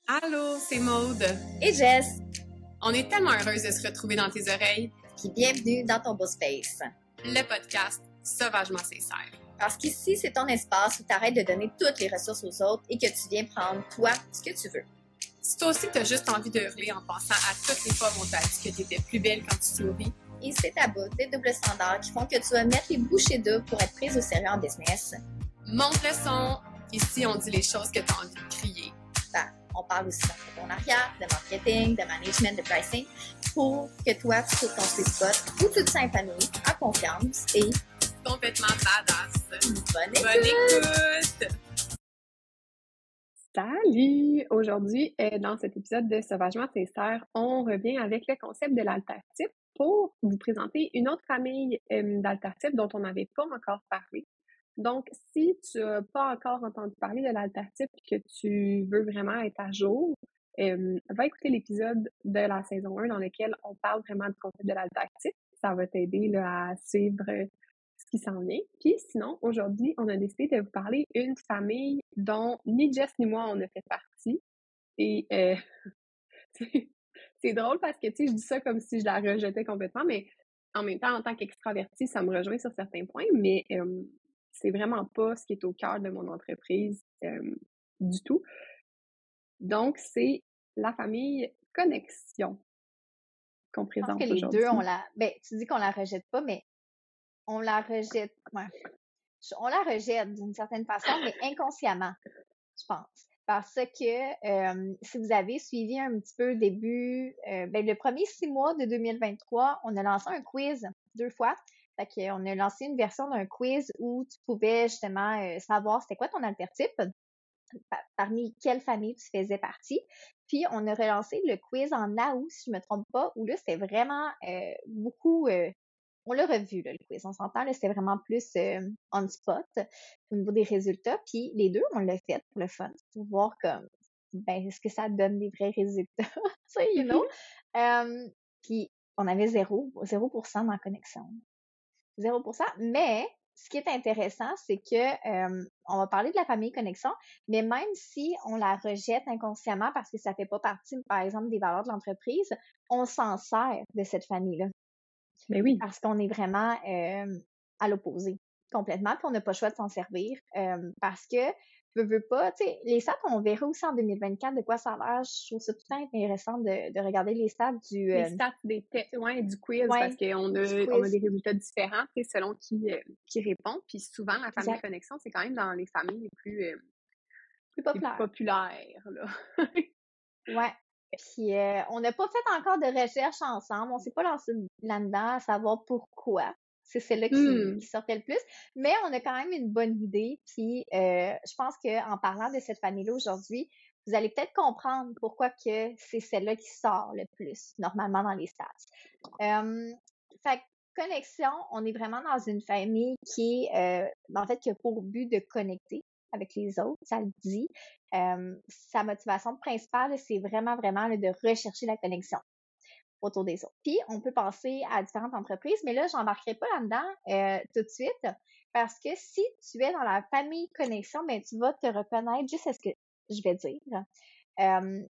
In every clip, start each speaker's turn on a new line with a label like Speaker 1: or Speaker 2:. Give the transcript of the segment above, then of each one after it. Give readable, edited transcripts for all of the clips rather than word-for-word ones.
Speaker 1: Allô, c'est Maude.
Speaker 2: Et Jess.
Speaker 1: On est tellement heureuse de se retrouver dans tes oreilles.
Speaker 2: Puis bienvenue dans ton beau space.
Speaker 1: Le podcast Sauvagement Sincère.
Speaker 2: Parce qu'ici, c'est ton espace où tu arrêtes de donner toutes les ressources aux autres et que tu viens prendre, toi, ce que tu veux.
Speaker 1: Si toi aussi, tu as juste envie de hurler en pensant à toutes les fois où on t'a dit que tu étais plus belle quand tu souris.
Speaker 2: Et c'est ta bout, des doubles standards qui font que tu vas mettre les bouchées doubles pour être prise au sérieux en business.
Speaker 1: Monte le son. Ici, on dit les choses que tu as envie de crier.
Speaker 2: On parle aussi d'entrepreneuriat, de marketing, de management, de pricing, pour que toi, tu trouves ton sweet spot où tu te sens épanoui, en confiance et
Speaker 1: complètement badass.
Speaker 2: Bonne écoute!
Speaker 3: Salut! Aujourd'hui, dans cet épisode de Sauvagement Sincère, on revient avec le concept de l'altertype pour vous présenter une autre famille d'altertypes dont on n'avait pas encore parlé. Donc, si tu n'as pas encore entendu parler de l'altertype et que tu veux vraiment être à jour, va écouter l'épisode de la saison 1 dans lequel on parle vraiment du concept de l'altertype. Ça va t'aider là, à suivre ce qui s'en vient. Puis sinon, aujourd'hui, on a décidé de vous parler d'une famille dont ni Jess ni moi, on a fait partie. Et c'est drôle parce que, tu sais, je dis ça comme si je la rejetais complètement, mais en même temps, en tant qu'extravertie, ça me rejoint sur certains points, mais c'est vraiment pas ce qui est au cœur de mon entreprise du tout. Donc, c'est la famille Connexion qu'on présente aujourd'hui.
Speaker 2: Je pense que les deux, tu dis qu'on la rejette pas, mais on la rejette, on la rejette d'une certaine façon, mais inconsciemment, je pense. Parce que si vous avez suivi un petit peu le premier 6 mois de 2023, on a lancé un quiz 2 fois. Fait qu'on a lancé une version d'un quiz où tu pouvais justement savoir c'était quoi ton altertype, parmi quelle famille tu faisais partie. Puis, on a relancé le quiz en août, si je me trompe pas, où là, c'était vraiment beaucoup... on l'a revu, là, le quiz. On s'entend, là, c'était vraiment plus on spot au niveau des résultats. Puis, les deux, on l'a fait pour le fun, pour voir comme, est-ce que ça donne des vrais résultats, tu sais, you know? Puis, on avait 0% dans la connexion. 0%, mais ce qui est intéressant, c'est que on va parler de la famille Connexion, mais même si on la rejette inconsciemment parce que ça fait pas partie, par exemple, des valeurs de l'entreprise, on s'en sert de cette famille-là.
Speaker 3: Mais oui.
Speaker 2: Parce qu'on est vraiment à l'opposé, complètement, puis on n'a pas le choix de s'en servir parce que veux pas, tu sais, les stats, on verra aussi en 2024 de quoi ça a l'air. Je trouve ça tout le temps intéressant de regarder les stats
Speaker 3: Les stats du quiz, parce qu'on a des résultats différents, tu sais, selon qui répond. Puis souvent, la famille Connexion, c'est quand même dans les familles les plus populaires, là.
Speaker 2: Ouais. Puis on n'a pas fait encore de recherche ensemble. On s'est pas lancé là-dedans à savoir pourquoi. C'est celle-là qui sortait le plus. Mais on a quand même une bonne idée. Puis je pense qu'en parlant de cette famille-là aujourd'hui, vous allez peut-être comprendre pourquoi que c'est celle-là qui sort le plus, normalement, dans les stats. Fait que Connexion, on est vraiment dans une famille qui a pour but de connecter avec les autres, ça le dit. Sa motivation principale, c'est vraiment de rechercher la connexion autour des autres. Puis, on peut penser à différentes entreprises, mais là, j'embarquerai pas là-dedans tout de suite, parce que si tu es dans la famille Connexion, ben tu vas te reconnaître juste à ce que je vais dire.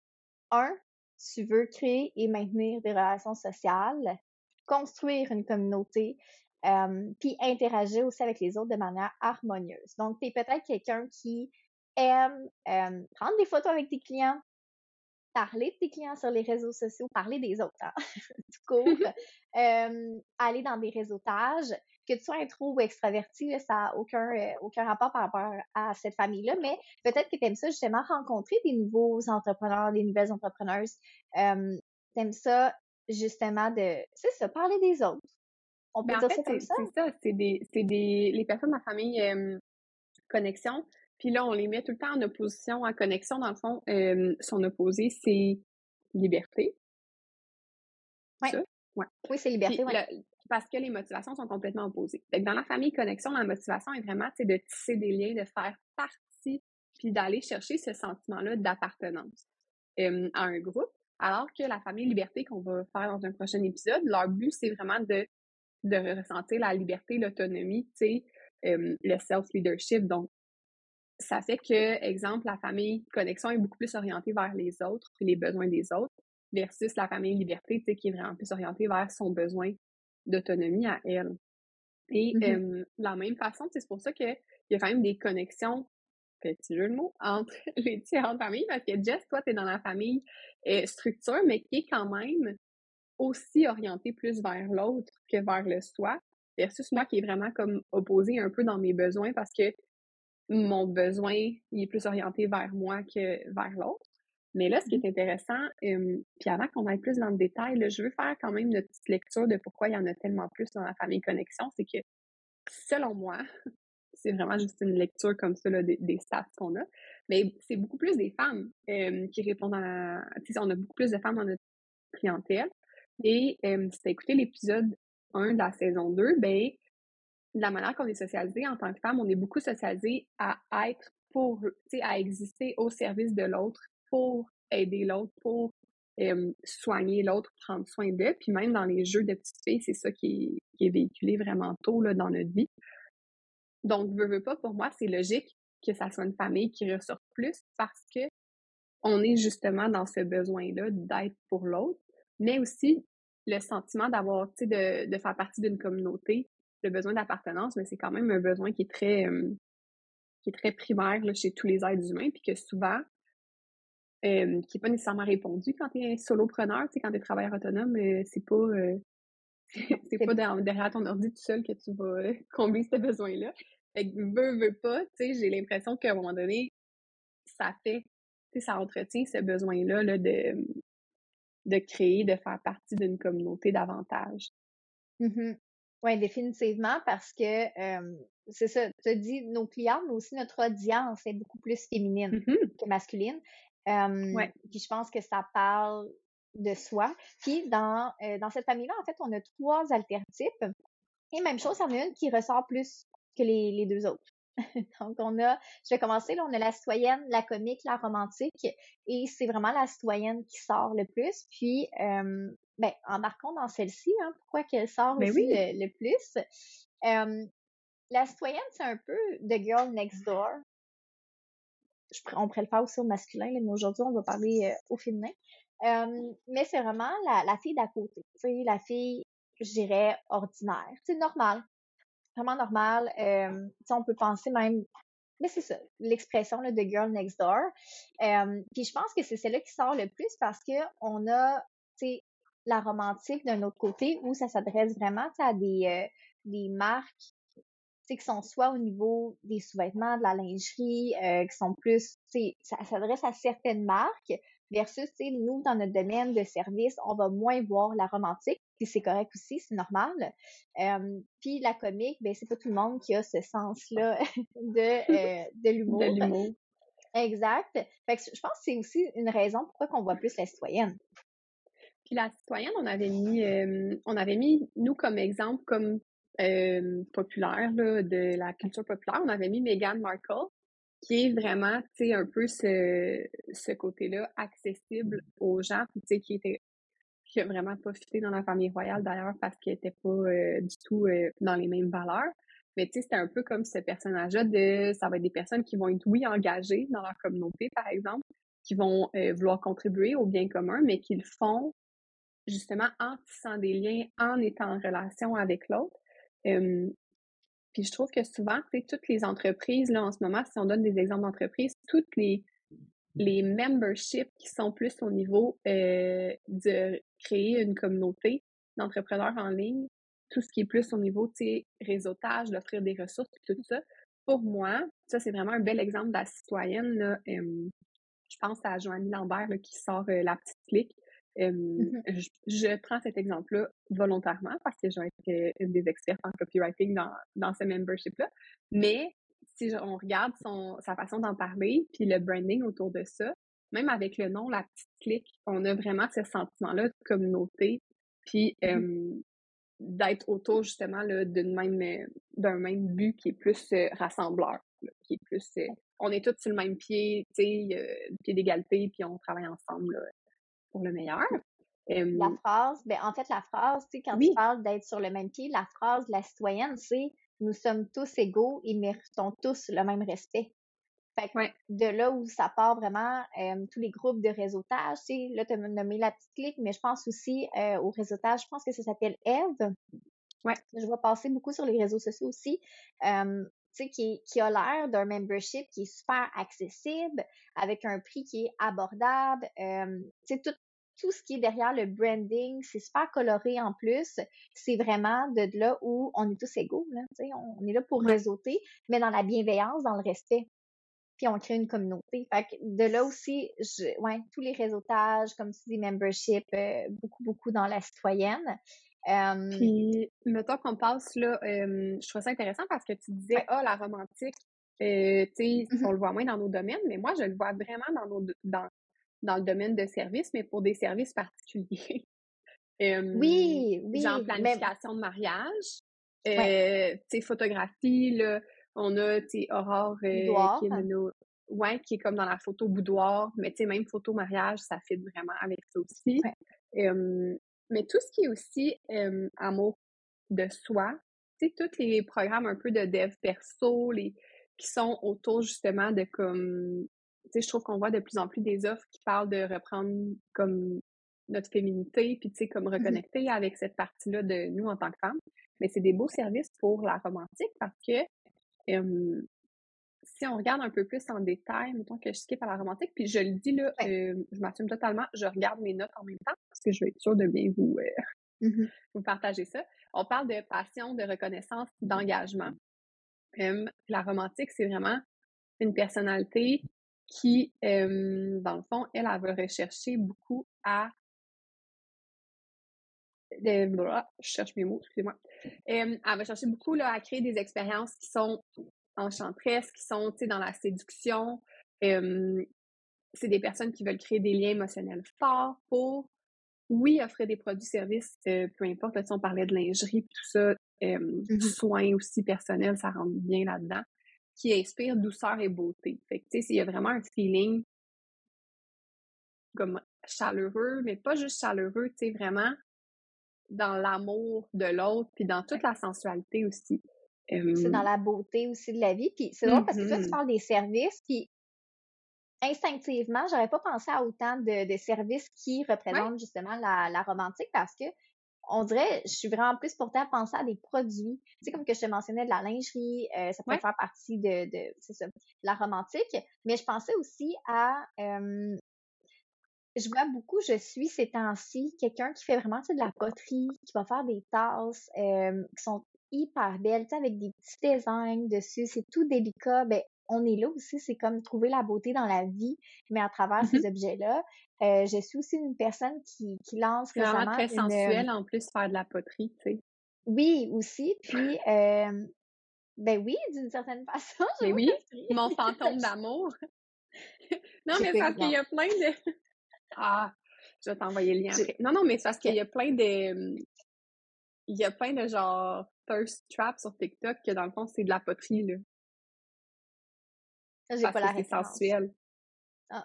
Speaker 2: Tu veux créer et maintenir des relations sociales, construire une communauté, puis interagir aussi avec les autres de manière harmonieuse. Donc, tu es peut-être quelqu'un qui aime prendre des photos avec tes clients, parler de tes clients sur les réseaux sociaux, parler des autres, hein, tout court, aller dans des réseautages, que tu sois intro ou extraverti, là, ça n'a aucun rapport par rapport à cette famille-là, mais peut-être que tu aimes ça justement rencontrer des nouveaux entrepreneurs, des nouvelles entrepreneuses, tu aimes ça justement c'est ça, parler des autres. On peut dire ça comme ça?
Speaker 3: C'est ça, les personnes de la famille Connexion. Puis là, on les met tout le temps en opposition à Connexion. Dans le fond, son opposé, c'est liberté.
Speaker 2: Ouais.
Speaker 3: Ça? Ouais.
Speaker 2: Oui, c'est liberté, oui.
Speaker 3: Parce que les motivations sont complètement opposées. Fait que dans la famille Connexion, la motivation est vraiment de tisser des liens, de faire partie, puis d'aller chercher ce sentiment-là d'appartenance à un groupe. Alors que la famille Liberté, qu'on va faire dans un prochain épisode, leur but, c'est vraiment de ressentir la liberté, l'autonomie, tu sais, le self-leadership. Donc, ça fait que, exemple, la famille connexion est beaucoup plus orientée vers les autres et les besoins des autres versus la famille liberté, tu sais, qui est vraiment plus orientée vers son besoin d'autonomie à elle. Et de la même façon, c'est pour ça qu'il y a quand même des connexions, petit jeu de mots, entre les différentes familles, parce que Jess, toi, tu es dans la famille structure, mais qui est quand même aussi orientée plus vers l'autre que vers le soi, versus moi qui est vraiment comme opposée un peu dans mes besoins parce que mon besoin, il est plus orienté vers moi que vers l'autre. Mais là, ce qui est intéressant, puis avant qu'on aille plus dans le détail, là, je veux faire quand même une petite lecture de pourquoi il y en a tellement plus dans la famille connexion, c'est que selon moi, c'est vraiment juste une lecture comme ça là, des stats qu'on a, mais c'est beaucoup plus des femmes qui répondent à... Tu sais, on a beaucoup plus de femmes dans notre clientèle. Et si tu as écouté l'épisode 1 de la saison 2, ben, de la manière qu'on est socialisé en tant que femme, on est beaucoup socialisé à être pour, tu sais, à exister au service de l'autre, pour aider l'autre, pour soigner l'autre, prendre soin d'eux. Puis même dans les jeux de petites filles, c'est ça qui est véhiculé vraiment tôt là, dans notre vie. Donc, veux pas, pour moi, c'est logique que ça soit une famille qui ressorte plus parce que on est justement dans ce besoin-là d'être pour l'autre, mais aussi le sentiment d'avoir, tu sais, de faire partie d'une communauté, le besoin d'appartenance, mais c'est quand même un besoin qui est très primaire là, chez tous les êtres humains, puis que souvent, qui n'est pas nécessairement répondu quand tu es solopreneur, tu sais, quand tu es travailleur autonome, c'est pas, c'est pas derrière ton ordi tout seul que tu vas combler ce besoin-là. Fait que veux pas, tu sais, j'ai l'impression qu'à un moment donné, ça fait, tu sais, ça entretient ce besoin-là là, de créer, de faire partie d'une communauté davantage.
Speaker 2: Oui, définitivement, parce que c'est ça, tu as dit nos clients, mais aussi notre audience est beaucoup plus féminine que masculine.
Speaker 3: Ouais.
Speaker 2: Puis je pense que ça parle de soi. Puis dans cette famille-là, en fait, on a 3 archétypes. Et même chose, il y en a une qui ressort plus que les 2 autres. Donc, je vais commencer, là, on a la citoyenne, la comique, la romantique, et c'est vraiment la citoyenne qui sort le plus. Puis, ben, embarquons dans celle-ci, hein, pourquoi qu'elle sort
Speaker 3: Ben
Speaker 2: aussi
Speaker 3: oui.
Speaker 2: le plus. La citoyenne, c'est un peu the girl next door. On pourrait le faire aussi au masculin, là, mais aujourd'hui, on va parler au féminin. Mais c'est vraiment la fille d'à côté, tu sais, la fille, je dirais, ordinaire, c'est normal, vraiment normal. On peut penser même, mais c'est ça, l'expression là, de girl next door. Puis je pense que c'est celle-là qui sort le plus parce que on a, tu sais, la romantique d'un autre côté où ça s'adresse vraiment à des marques qui sont soit au niveau des sous-vêtements, de la lingerie, qui sont plus, ça s'adresse à certaines marques versus, nous, dans notre domaine de service, on va moins voir la romantique, puis c'est correct aussi, c'est normal. Puis la comique, ben c'est pas tout le monde qui a ce sens-là de l'humour.
Speaker 3: De l'humour.
Speaker 2: Exact. Fait que je pense que c'est aussi une raison pourquoi qu'on voit plus la citoyenne.
Speaker 3: Puis la citoyenne, on avait mis, nous, comme exemple, comme populaire là, de la culture populaire, on avait mis Meghan Markle, qui est vraiment, tu sais, un peu ce côté-là accessible aux gens, puis tu sais, qui a vraiment pas fité dans la famille royale d'ailleurs parce qu'elle était pas du tout dans les mêmes valeurs. Mais tu sais, c'était un peu comme ce personnage-là ça va être des personnes qui vont être, oui, engagées dans leur communauté, par exemple, qui vont vouloir contribuer au bien commun, mais qui le font justement en tissant des liens, en étant en relation avec l'autre. Puis je trouve que souvent, tu sais, toutes les entreprises, là, en ce moment, si on donne des exemples d'entreprises, toutes les memberships qui sont plus au niveau de créer une communauté d'entrepreneurs en ligne, tout ce qui est plus au niveau, tu sais, réseautage, d'offrir des ressources, tout ça. Pour moi, ça, c'est vraiment un bel exemple de la citoyenne, là. Je pense à Joanie Lambert, là, qui sort La Petite Clique. Je prends cet exemple-là volontairement parce que j'ai été une des expertes en copywriting dans ce membership-là. Mais si on regarde sa façon d'en parler, puis le branding autour de ça, même avec le nom La Petite Clique, on a vraiment ce sentiment-là de communauté, puis d'être autour justement là, d'un même but qui est plus rassembleur, là, qui est plus on est tous sur le même pied, tu sais, pied d'égalité, puis on travaille ensemble là, pour le meilleur.
Speaker 2: La phrase, en fait, la phrase, tu sais, quand tu parles d'être sur le même pied, la phrase de la citoyenne, c'est « Nous sommes tous égaux et méritons tous le même respect ». Fait que
Speaker 3: Ouais.
Speaker 2: de là où ça part vraiment, tous les groupes de réseautage, tu sais, là, tu as nommé La Petite Clique, mais je pense aussi au réseautage, je pense que ça s'appelle Eve.
Speaker 3: Ouais.
Speaker 2: Je vois passer beaucoup sur les réseaux sociaux aussi, tu sais, qui a l'air d'un membership qui est super accessible, avec un prix qui est abordable. Tu sais, tout ce qui est derrière le branding, c'est super coloré en plus. C'est vraiment de là où on est tous égaux, là, tu sais, on est là pour
Speaker 3: Ouais.
Speaker 2: réseauter, mais dans la bienveillance, dans le respect. Puis on crée une communauté. Fait que de là aussi, ouais, tous les réseautages, comme tu dis, membership, beaucoup dans la citoyenne.
Speaker 3: Puis, mettons qu'on passe là, je trouve ça intéressant parce que tu disais,
Speaker 2: Ouais.
Speaker 3: la romantique, tu sais,
Speaker 2: Mhm.
Speaker 3: on le voit moins dans nos domaines, mais moi, je le vois vraiment dans le domaine de services, mais pour des services particuliers.
Speaker 2: Oui,
Speaker 3: Genre
Speaker 2: oui, mais
Speaker 3: planification de mariage,
Speaker 2: ouais,
Speaker 3: tu sais, photographie, là, on a, tu sais, Aurore,
Speaker 2: boudoir.
Speaker 3: qui est ouais, qui est comme dans la photo boudoir, mais tu sais, même photo mariage, ça fit vraiment avec ça aussi.
Speaker 2: Ouais.
Speaker 3: Mais tout ce qui est aussi amour de soi, tu sais, tous les programmes un peu de dev perso, qui sont autour justement de comme, tu sais, je trouve qu'on voit de plus en plus des offres qui parlent de reprendre comme notre féminité, puis tu sais, comme reconnecter avec cette partie-là de nous en tant que femmes. Mais c'est des beaux services pour la romantique parce que si on regarde un peu plus en détail, mettons que je skip à la romantique, puis je le dis là,
Speaker 2: Ouais.
Speaker 3: je m'assume totalement, je regarde mes notes en même temps parce que je vais être sûre de bien vous partager ça. On parle de passion, de reconnaissance, d'engagement. La romantique, c'est vraiment une personnalité qui, dans le fond, elle va rechercher beaucoup à je cherche mes mots, excusez-moi. Elle va chercher beaucoup là, à créer des expériences qui sont enchanteresses, qui sont dans la séduction. C'est des personnes qui veulent créer des liens émotionnels forts pour, oui, offrir des produits-services, peu importe, là, si on parlait de lingerie, tout ça, soins aussi personnels, ça rentre bien là-dedans, qui inspire douceur et beauté. Fait que, tu sais, il y a vraiment un feeling comme chaleureux, mais pas juste chaleureux, tu sais, vraiment dans l'amour de l'autre, puis dans toute la sensualité aussi.
Speaker 2: C'est dans la beauté aussi de la vie. Puis c'est drôle parce que toi, tu parles des services, puis instinctivement, j'aurais pas pensé à autant de services qui
Speaker 3: Ouais,
Speaker 2: représentent justement la romantique parce que on dirait, je suis vraiment plus portée à penser à des produits. Tu sais, comme que je te mentionnais, de la lingerie, ça peut
Speaker 3: ouais,
Speaker 2: faire partie c'est ça, de la romantique. Mais je pensais aussi à, je vois beaucoup, je suis ces temps-ci, quelqu'un qui fait vraiment, tu sais, de la poterie, qui va faire des tasses, qui sont hyper belles, tu sais, avec des petits designs dessus, c'est tout délicat. Ben, on est là aussi, c'est comme trouver la beauté dans la vie, mais à travers ces objets-là. Je suis aussi une personne qui lance
Speaker 3: c'est vraiment
Speaker 2: récemment
Speaker 3: très sensuel en plus faire de la poterie, tu sais.
Speaker 2: oui, aussi, puis, ben oui, d'une certaine façon,
Speaker 3: Mais
Speaker 2: j'avoue
Speaker 3: oui,
Speaker 2: que c'est
Speaker 3: mon fantôme d'amour. Non,
Speaker 2: j'ai
Speaker 3: mais
Speaker 2: pas
Speaker 3: c'est parce qu'il y
Speaker 2: exemple.
Speaker 3: a plein de... Ah, je vais t'envoyer le lien
Speaker 2: J'ai
Speaker 3: après. Non, non, mais c'est parce qu'il
Speaker 2: OK,
Speaker 3: y a plein de... Il y a plein de genre thirst traps sur TikTok que dans le fond, c'est de la poterie, là.
Speaker 2: j'ai
Speaker 3: Parce
Speaker 2: pas
Speaker 3: que
Speaker 2: la
Speaker 3: c'est
Speaker 2: référence.
Speaker 3: sensuel.
Speaker 2: Ah.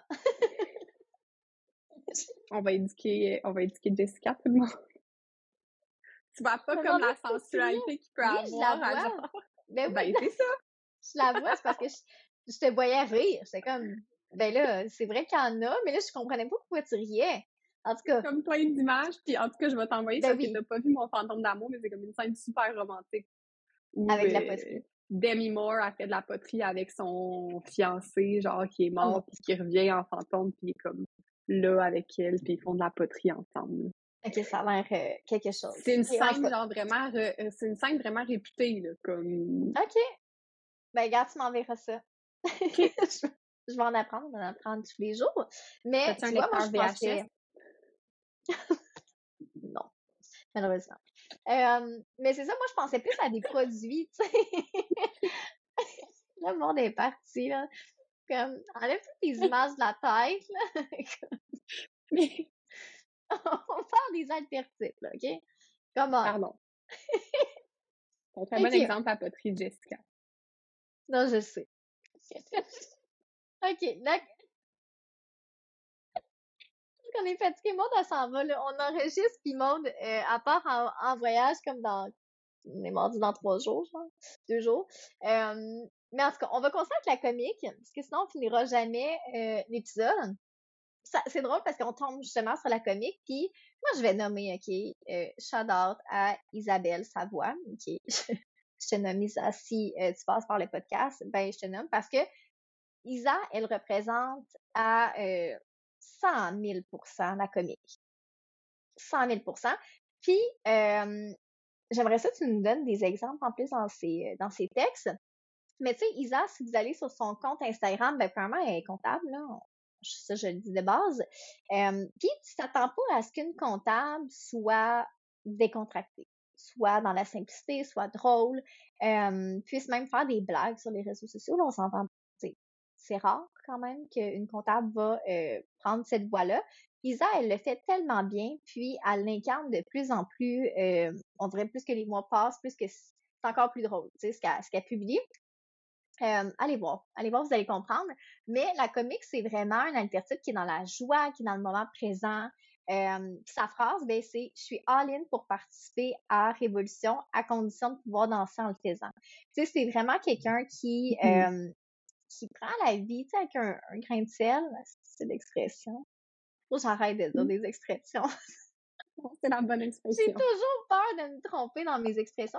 Speaker 3: On va éduquer Jessica, tout le monde. Tu vois
Speaker 2: Je
Speaker 3: pas
Speaker 2: me
Speaker 3: comme
Speaker 2: demandais
Speaker 3: la
Speaker 2: pourquoi tu riais.
Speaker 3: sensualité qu'il peut
Speaker 2: Oui, je la
Speaker 3: avoir à
Speaker 2: vois.
Speaker 3: genre...
Speaker 2: Ben oui,
Speaker 3: Ben,
Speaker 2: non,
Speaker 3: c'est ça!
Speaker 2: je la vois, c'est parce que je te voyais rire. J'étais comme, ben là, c'est vrai qu'il y en a, mais là, je comprenais pas pourquoi tu riais. En tout cas,
Speaker 3: Comme plein d'images, puis en tout cas, je vais t'envoyer
Speaker 2: ben
Speaker 3: parce que
Speaker 2: oui,
Speaker 3: t'as pas vu mon fantôme d'amour, mais c'est comme une scène super romantique où
Speaker 2: avec la poterie.
Speaker 3: Demi Moore a fait de la poterie avec son fiancé, genre qui est
Speaker 2: Oh mon,
Speaker 3: mort, puis qui revient en fantôme, puis il est comme là avec elle, puis ils font de la poterie ensemble.
Speaker 2: OK, ça a l'air quelque chose.
Speaker 3: C'est une
Speaker 2: OK, en tout
Speaker 3: scène
Speaker 2: cas,
Speaker 3: genre vraiment, c'est une scène vraiment réputée là, comme.
Speaker 2: OK, ben regarde, tu m'enverras ça.
Speaker 3: Ok,
Speaker 2: Je vais en apprendre tous les jours. Mais
Speaker 3: t'as-tu un
Speaker 2: tu vois, moi,
Speaker 3: lecteur
Speaker 2: je
Speaker 3: VHS?
Speaker 2: pensais, non, malheureusement. Mais c'est ça, moi, je pensais plus à des produits, tu sais. Le monde est parti, là. Comme, enlève toutes les images de la tête, là.
Speaker 3: Mais
Speaker 2: On parle des alternatifs, là, OK? Comment?
Speaker 3: pardon, c'est un très bon
Speaker 2: OK.
Speaker 3: exemple la poterie de Jessica.
Speaker 2: Non, je sais. OK, là, qu'on est fatigué, Maud, elle s'en va, là. On enregistre, puis Maud, à part en voyage, comme dans, on est mardi dans 3 jours, je pense, 2 jours. Mais en tout cas, on va continuer avec la comique, parce que sinon, on finira jamais l'épisode. C'est drôle parce qu'on tombe justement sur la comique, puis moi, je vais nommer, OK, shout-out à Isabelle Savoie, OK? Je te nomme Isa. Si tu passes par le podcast, ben, je te nomme parce que Isa, elle représente à 100 000 la comique. 100 000 Puis, j'aimerais ça que tu nous donnes des exemples en plus dans ces textes. Mais tu sais, Isa, si vous allez sur son compte Instagram, ben, premièrement, elle est comptable, là. Ça, je le dis de base. Puis, tu t'attends pas à ce qu'une comptable soit décontractée, soit dans la simplicité, soit drôle, puisse même faire des blagues sur les réseaux sociaux. Là, on s'entend, c'est rare quand même qu'une comptable va prendre cette voie-là. Isa, elle le fait tellement bien, puis elle l'incarne de plus en plus, on dirait plus que les mois passent, plus que c'est encore plus drôle, tu sais, ce qu'elle publie. Allez voir, vous allez comprendre. Mais la comique, c'est vraiment un alternative qui est dans la joie, qui est dans le moment présent. Sa phrase, ben, c'est « Je suis all-in pour participer à Révolution à condition de pouvoir danser en le faisant ». Tu sais, c'est vraiment quelqu'un qui prend la vie, tu sais, avec un grain de sel, c'est l'expression. Faut que j'arrête de dire des expressions.
Speaker 3: C'est la bonne
Speaker 2: J'ai
Speaker 3: expression.
Speaker 2: toujours peur de me tromper dans mes expressions.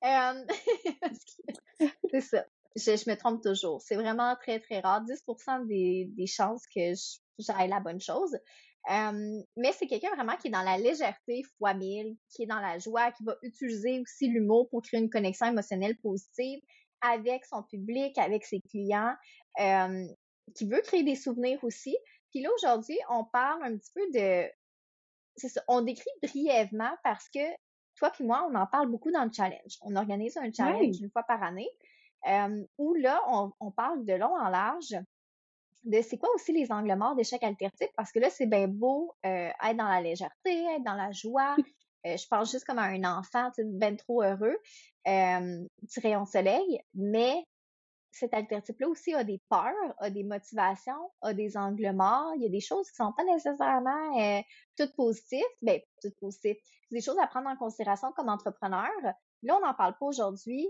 Speaker 2: C'est ça. Je me trompe toujours. C'est vraiment très, très rare. 10% des chances que j'aille la bonne chose. Mais c'est quelqu'un vraiment qui est dans la légèreté fois 1000, qui est dans la joie, qui va utiliser aussi l'humour pour créer une connexion émotionnelle positive avec son public, avec ses clients, qui veut créer des souvenirs aussi. Puis là, aujourd'hui, on parle un petit peu de... C'est ça, on décrit brièvement parce que toi puis moi, on en parle beaucoup dans le challenge. On organise un challenge une fois par année où là, on parle de long en large de c'est quoi aussi les angles morts d'échec alternatif parce que là, c'est bien beau être dans la légèreté, être dans la joie. Je pense juste comme à un enfant, tu sais, ben trop heureux, petit rayon de soleil, mais cet alternatif-là aussi a des peurs, a des motivations, a des angles morts. Il y a des choses qui sont pas nécessairement toutes positives. Ben, toutes positives. C'est des choses à prendre en considération comme entrepreneur. Là, on n'en parle pas aujourd'hui.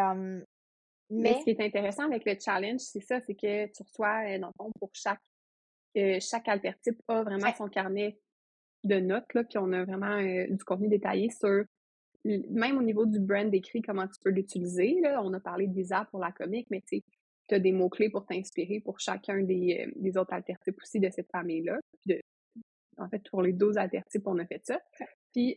Speaker 3: Mais ce qui est intéressant avec le challenge, c'est ça, c'est que tu reçois, dans le fond, pour chaque alternative a vraiment son carnet de notes, là, puis on a vraiment du contenu détaillé sur, même au niveau du brand écrit, comment tu peux l'utiliser, là. On a parlé de Visa pour la comique, mais tu sais, tu as des mots-clés pour t'inspirer pour chacun des autres alternatifs aussi de cette famille-là. Puis en fait, pour les 12 alternatifs, on a fait ça. Puis,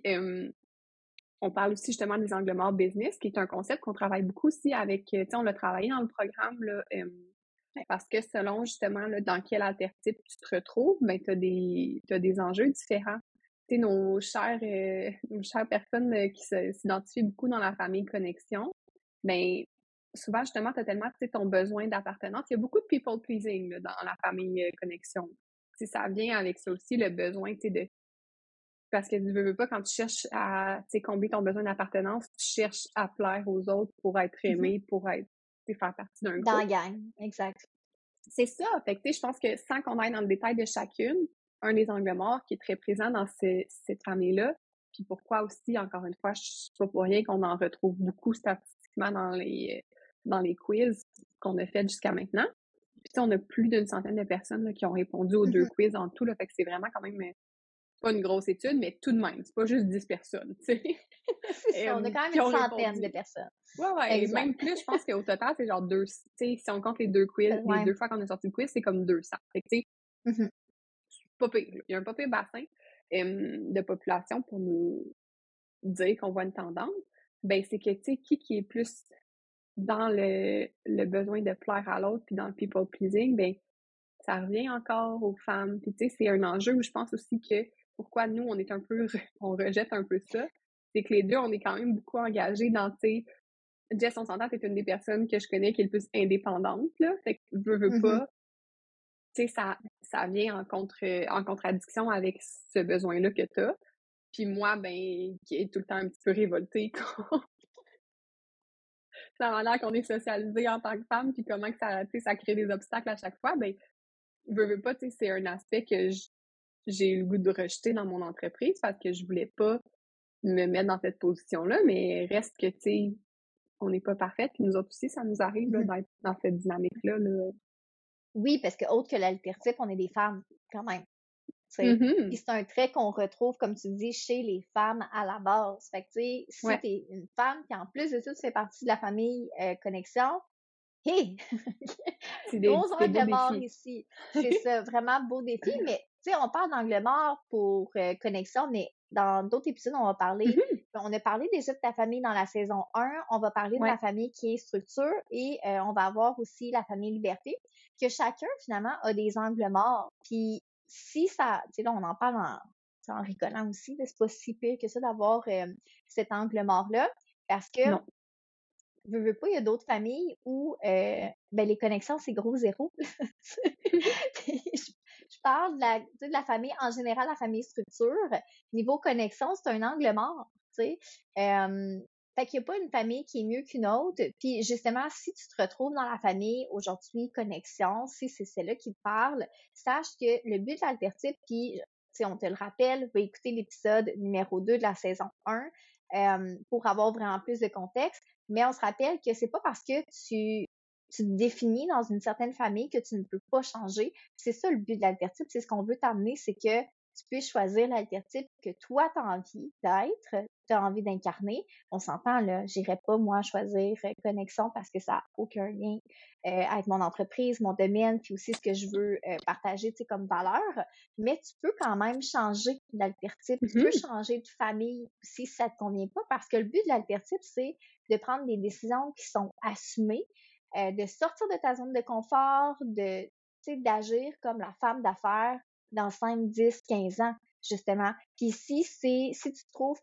Speaker 3: on parle aussi justement des angles morts business, qui est un concept qu'on travaille beaucoup aussi avec, tu sais, on l'a travaillé dans le programme, là, parce que selon justement là, dans quel alternatif tu te retrouves, ben t'as des enjeux différents. Tu sais, nos chères personnes qui s'identifient beaucoup dans la famille Connexion, ben souvent justement, t'as tellement, tu sais, ton besoin d'appartenance. Il y a beaucoup de people pleasing là, dans la famille Connexion. Tu sais, ça vient avec ça aussi, le besoin, tu sais, de... Parce que tu veux pas, quand tu cherches à, tu sais, combler ton besoin d'appartenance, tu cherches à plaire aux autres pour être aimé, pour être, tu sais, faire partie d'un groupe.
Speaker 2: Dans la gang, exact.
Speaker 3: C'est ça. Fait que, tu sais, je pense que sans qu'on aille dans le détail de chacune, un des angles morts qui est très présent dans cette famille-là, puis pourquoi aussi, encore une fois, je suis pas pour rien qu'on en retrouve beaucoup statistiquement dans les quiz qu'on a fait jusqu'à maintenant. Puis, on a plus d'une centaine de personnes là, qui ont répondu aux 2 quiz en tout, là, fait que c'est vraiment quand même pas une grosse étude, mais tout de même, c'est pas juste 10 personnes, tu sais.
Speaker 2: C'est ça, on a quand même une centaine de personnes.
Speaker 3: Ouais, et même plus, je pense qu'au total, c'est genre 2, tu sais, si on compte les 2 quiz, les 2 fois qu'on a sorti le quiz, c'est comme 200. Fait que, tu sais, pas pire. Il y a un pas pire bassin de population pour nous dire qu'on voit une tendance. Ben, c'est que, tu sais, qui est plus dans le besoin de plaire à l'autre puis dans le people pleasing, ben, ça revient encore aux femmes. Puis, tu sais, c'est un enjeu où je pense aussi que pourquoi nous, on est un peu, on rejette un peu ça, c'est que les deux, on est quand même beaucoup engagés dans, tu sais, Jess, on s'entend, c'est une des personnes que je connais qui est le plus indépendante, là. Fait que, veux pas, tu sais, ça vient en contradiction avec ce besoin-là que t'as. Puis moi, ben, qui est tout le temps un petit peu révoltée contre la manière qu'on est socialisé en tant que femme, puis comment que ça, tu sais, ça crée des obstacles à chaque fois, ben, veux pas, tu sais, c'est un aspect que j'ai eu le goût de rejeter dans mon entreprise parce que je voulais pas me mettre dans cette position-là, mais reste que, tu sais, on n'est pas parfaite. Puis nous autres aussi, ça nous arrive là, d'être dans cette dynamique-là. Là.
Speaker 2: Oui, parce que autre que l'altertype, on est des femmes, quand même. Puis c'est un trait qu'on retrouve, comme tu dis, chez les femmes à la base. Fait que, tu sais, si t'es une femme qui, en plus de tout, fait partie de la famille Connexion, hey! Gros angle mort ici. C'est ça, vraiment beau défi. Mais, tu sais, on parle d'angle mort pour Connexion, mais dans d'autres épisodes, on va parler, on a parlé déjà de ta famille dans la saison 1, on va parler de la famille qui est structure et on va avoir aussi la famille liberté, que chacun, finalement, a des angles morts. Puis, si ça, tu sais, là, on en parle en rigolant aussi, c'est pas si pire que ça d'avoir cet angle mort-là, parce que, veux pas, il y a d'autres familles où les connexions, c'est gros zéro. Je parle de la famille, en général, la famille structure. Niveau connexion, c'est un angle mort, tu sais. Fait qu'il n'y a pas une famille qui est mieux qu'une autre. Puis justement, si tu te retrouves dans la famille aujourd'hui, connexion, si c'est celle-là qui te parle, sache que le but de l'altertype, puis on te le rappelle, va écouter l'épisode numéro 2 de la saison 1 pour avoir vraiment plus de contexte. Mais on se rappelle que c'est pas parce que tu te définis dans une certaine famille que tu ne peux pas changer. C'est ça le but de l'altertype, c'est ce qu'on veut t'amener, c'est que tu puisses choisir l'altertype que toi, tu as envie d'être, tu as envie d'incarner. On s'entend, là, j'irais pas, moi, choisir Connexion parce que ça n'a aucun lien avec mon entreprise, mon domaine, puis aussi ce que je veux partager, tu sais, comme valeur. Mais tu peux quand même changer l'altertype, tu peux changer de famille si ça te convient pas, parce que le but de l'altertype, c'est de prendre des décisions qui sont assumées, de sortir de ta zone de confort, d'agir comme la femme d'affaires dans 5, 10, 15 ans, justement. Puis si tu trouves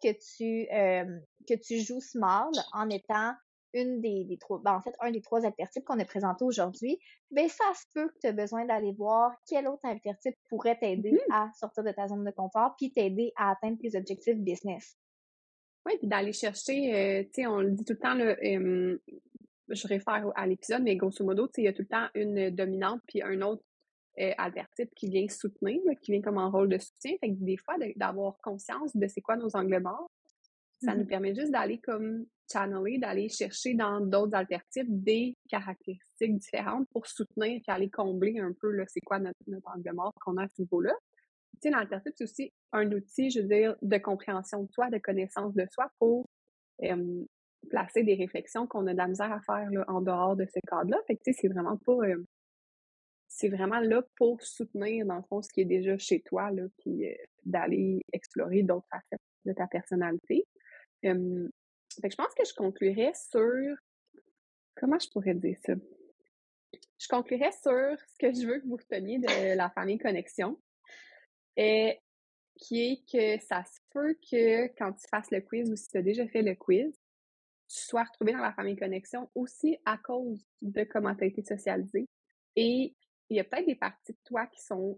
Speaker 2: que tu joues small en étant une des trois, en fait, un des 3 altertypes qu'on a présentés aujourd'hui, ben ça se peut que tu as besoin d'aller voir quel autre altertype pourrait t'aider à sortir de ta zone de confort puis t'aider à atteindre tes objectifs business.
Speaker 3: Oui, puis d'aller chercher, tu sais, on le dit tout le temps, là, je réfère à l'épisode, mais grosso modo, tu sais, il y a tout le temps une dominante puis un autre altertype qui vient soutenir, là, qui vient comme en rôle de soutien. Fait que des fois, d'avoir conscience de c'est quoi nos angles morts, ça nous permet juste d'aller comme channeler, d'aller chercher dans d'autres altertypes des caractéristiques différentes pour soutenir puis aller combler un peu là, c'est quoi notre angle mort qu'on a à ce niveau-là. Tu sais, l'altertype, c'est aussi un outil, je veux dire, de compréhension de soi, de connaissance de soi pour placer des réflexions qu'on a de la misère à faire là, en dehors de ce cadre-là. Fait que, tu sais, c'est vraiment pas... c'est vraiment là pour soutenir, dans le fond, ce qui est déjà chez toi, là, puis d'aller explorer d'autres facettes de ta personnalité. Fait que je pense que je conclurais sur... Comment je pourrais dire ça? Je conclurais sur ce que je veux que vous reteniez de la famille Connexion. Et qui est que ça se peut que quand tu fasses le quiz ou si tu as déjà fait le quiz, tu sois retrouvé dans la famille Connexion aussi à cause de comment tu as été socialisé. Et il y a peut-être des parties de toi qui sont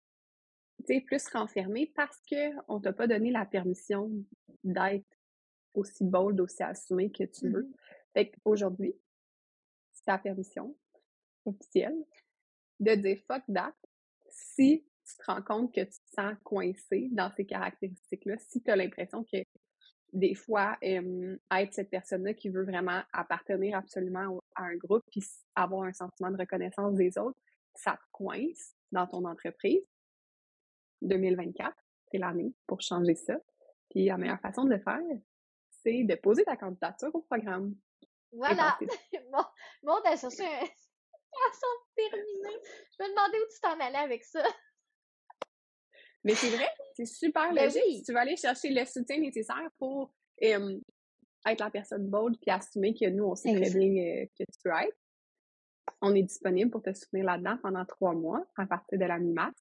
Speaker 3: plus renfermées parce qu'on t'a pas donné la permission d'être aussi bold, aussi assumé que tu veux. Fait qu'aujourd'hui, c'est ta permission officielle de dire fuck that si tu te rends compte que tu te sens coincé dans ces caractéristiques-là, si tu as l'impression que des fois, être cette personne-là qui veut vraiment appartenir absolument à un groupe puis avoir un sentiment de reconnaissance des autres, ça te coince dans ton entreprise. 2024, c'est l'année pour changer ça. Puis la meilleure façon de le faire, c'est de poser ta candidature au programme.
Speaker 2: Voilà! Bon, t'as cherché une façon de terminer. Je me demandais où tu t'en allais avec ça.
Speaker 3: Mais c'est vrai, c'est super logique.
Speaker 2: Oui.
Speaker 3: Si tu veux aller chercher le soutien nécessaire pour être la personne bold puis assumer que nous, on sait très bien que tu peux être. On est disponible pour te soutenir là-dedans pendant 3 mois, à partir de la mi-mars.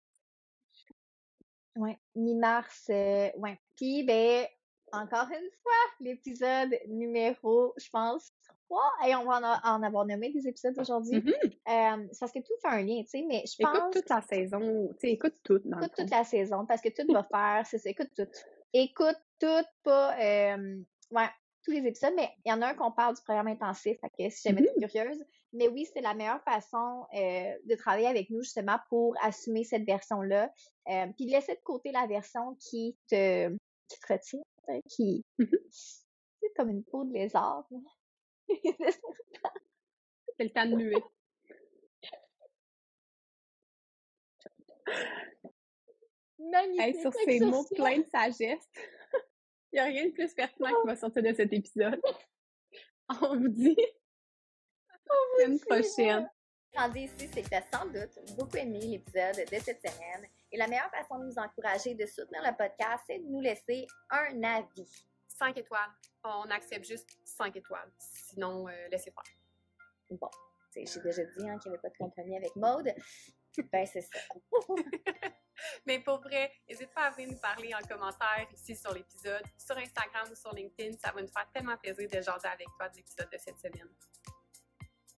Speaker 2: Oui, mi-mars, ouais. Puis, ben, encore une fois, l'épisode numéro, je pense, 3. Et on va en avoir nommé des épisodes aujourd'hui. Parce que tout fait un lien, tu sais, mais je pense...
Speaker 3: Écoute toute la saison, tu sais, écoute tout.
Speaker 2: Écoute toute la saison, parce que tout va faire, c'est ça, écoute tout. Écoute tout, pas... ouais, tous les épisodes, mais il y en a un qu'on parle du programme intensif, fait que si jamais t'es curieuse. Mais oui, c'est la meilleure façon de travailler avec nous, justement, pour assumer cette version-là. Puis laisser de côté la version qui te retire, qui... C'est comme une peau de lézard.
Speaker 3: C'est le temps de muer.
Speaker 2: Magnifique.
Speaker 3: Hey, sur
Speaker 2: Fait que
Speaker 3: ces
Speaker 2: sur
Speaker 3: mots
Speaker 2: ce,
Speaker 3: pleins de sagesse, il n'y a rien de plus pertinent qui va sortir de cet épisode. On vous dit à une prochaine.
Speaker 2: rendu ici, c'est que tu as sans doute beaucoup aimé l'épisode de cette semaine. Et la meilleure façon de nous encourager et de soutenir le podcast, c'est de nous laisser un avis.
Speaker 1: 5 étoiles. On accepte juste 5 étoiles. Sinon, laissez faire.
Speaker 2: Bon, j'ai déjà dit qu'il n'y avait pas de compromis avec Maude. Ben, c'est ça.
Speaker 1: Mais pour vrai, n'hésite pas à venir nous parler en commentaire ici sur l'épisode, sur Instagram ou sur LinkedIn. Ça va nous faire tellement plaisir de jaser avec toi de l'épisode de cette semaine.